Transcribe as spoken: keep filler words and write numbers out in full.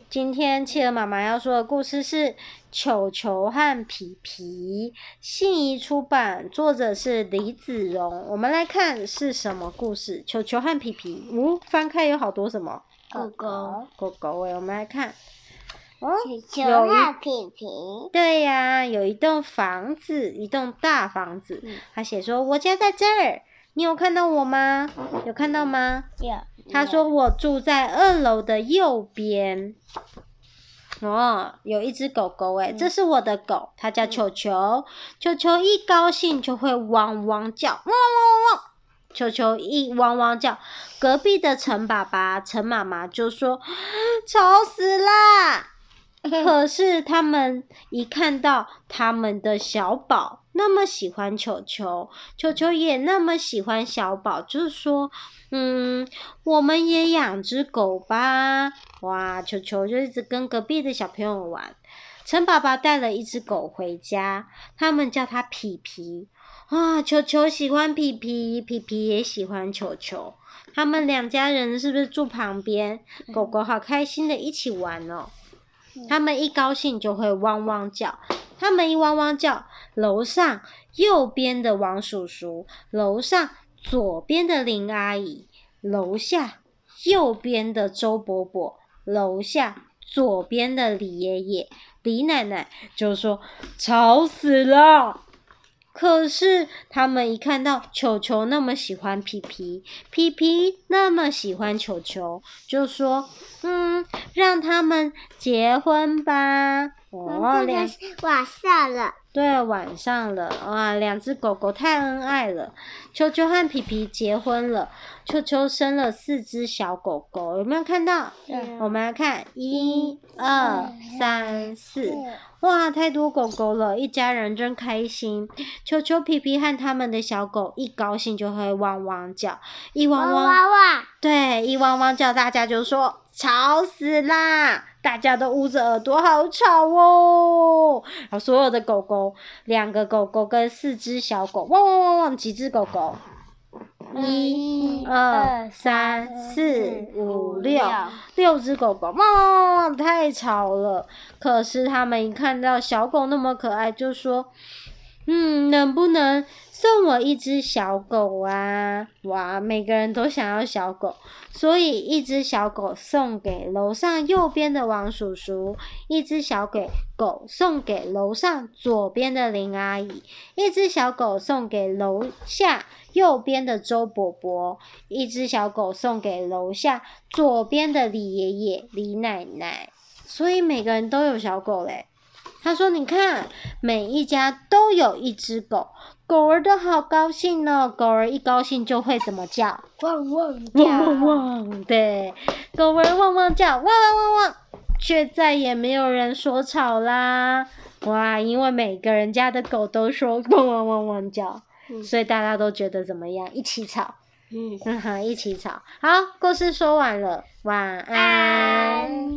今天企鹅妈妈要说的故事是球球和皮皮，信宜出版，作者是李子荣。我们来看是什么故事。球球和皮皮，嗯，翻开有好多什么？ 狗狗， 狗狗哎，我们来看。哦， 球球和皮皮。 对呀、啊，有一栋房子，一栋大房子。嗯、他写说：“我家在这儿。”你有看到我吗？有看到吗？ 有。 他说我住在二楼的右边。哦，有一只狗狗诶、嗯、这是我的狗，它叫球球。球球一高兴就会汪汪叫，汪汪汪汪。球球一汪汪叫，隔壁的陈爸爸、陈妈妈就说：“吵死啦！”可是他们一看到他们的小宝那么喜欢球球，球球也那么喜欢小宝，就是说，嗯，我们也养只狗吧。哇，球球就一直跟隔壁的小朋友玩。陈爸爸带了一只狗回家，他们叫它皮皮。哇，球球喜欢皮皮，皮皮也喜欢球球。他们两家人是不是住旁边？狗狗好开心的一起玩哦。他们一高兴就会汪汪叫，他们一汪汪叫，楼上右边的王叔叔，楼上左边的林阿姨，楼下右边的周伯伯，楼下左边的李爷爷、李奶奶就说吵死了。可是他们一看到球球那么喜欢皮皮，皮皮那么喜欢球球，就说嗯，让他们结婚吧。 哦，两晚上了。 对，晚上了，哇，两只狗狗太恩爱了。球球和皮皮结婚了，球球生了四只小狗狗，有没有看到？ 对。 我们来看，一、二、三、四，哇，太多狗狗了，一家人真开心。球球、皮皮和他们的小狗一高兴就会汪汪叫，一汪汪， 汪汪汪， 对，一汪汪叫，大家就说吵死啦！大家都捂着耳朵，好吵哦。然后所有的狗狗，两个狗狗跟四只小狗，汪汪汪汪，几只狗狗？一、二、三、四、五、六，六只狗狗，汪汪汪汪，太吵了。可是他们一看到小狗那么可爱，就说：“嗯，能不能送我一只小狗啊？”哇，每个人都想要小狗，所以一只小狗送给楼上右边的王叔叔，一只小狗狗送给楼上左边的林阿姨，一只小狗送给楼下右边的周伯伯，一只小狗送给楼下左边的李爷爷、李奶奶。所以每个人都有小狗嘞。他说：“你看，每一家都有一只狗，狗儿都好高兴哦。狗儿一高兴就会怎么叫？ 汪汪叫， 汪汪汪！对，狗儿汪汪叫，汪汪汪汪，却再也没有人说吵啦。哇，因为每个人家的狗都说汪汪汪汪叫，嗯、所以大家都觉得怎么样？一起吵，嗯，一起吵。好，故事说完了，晚安。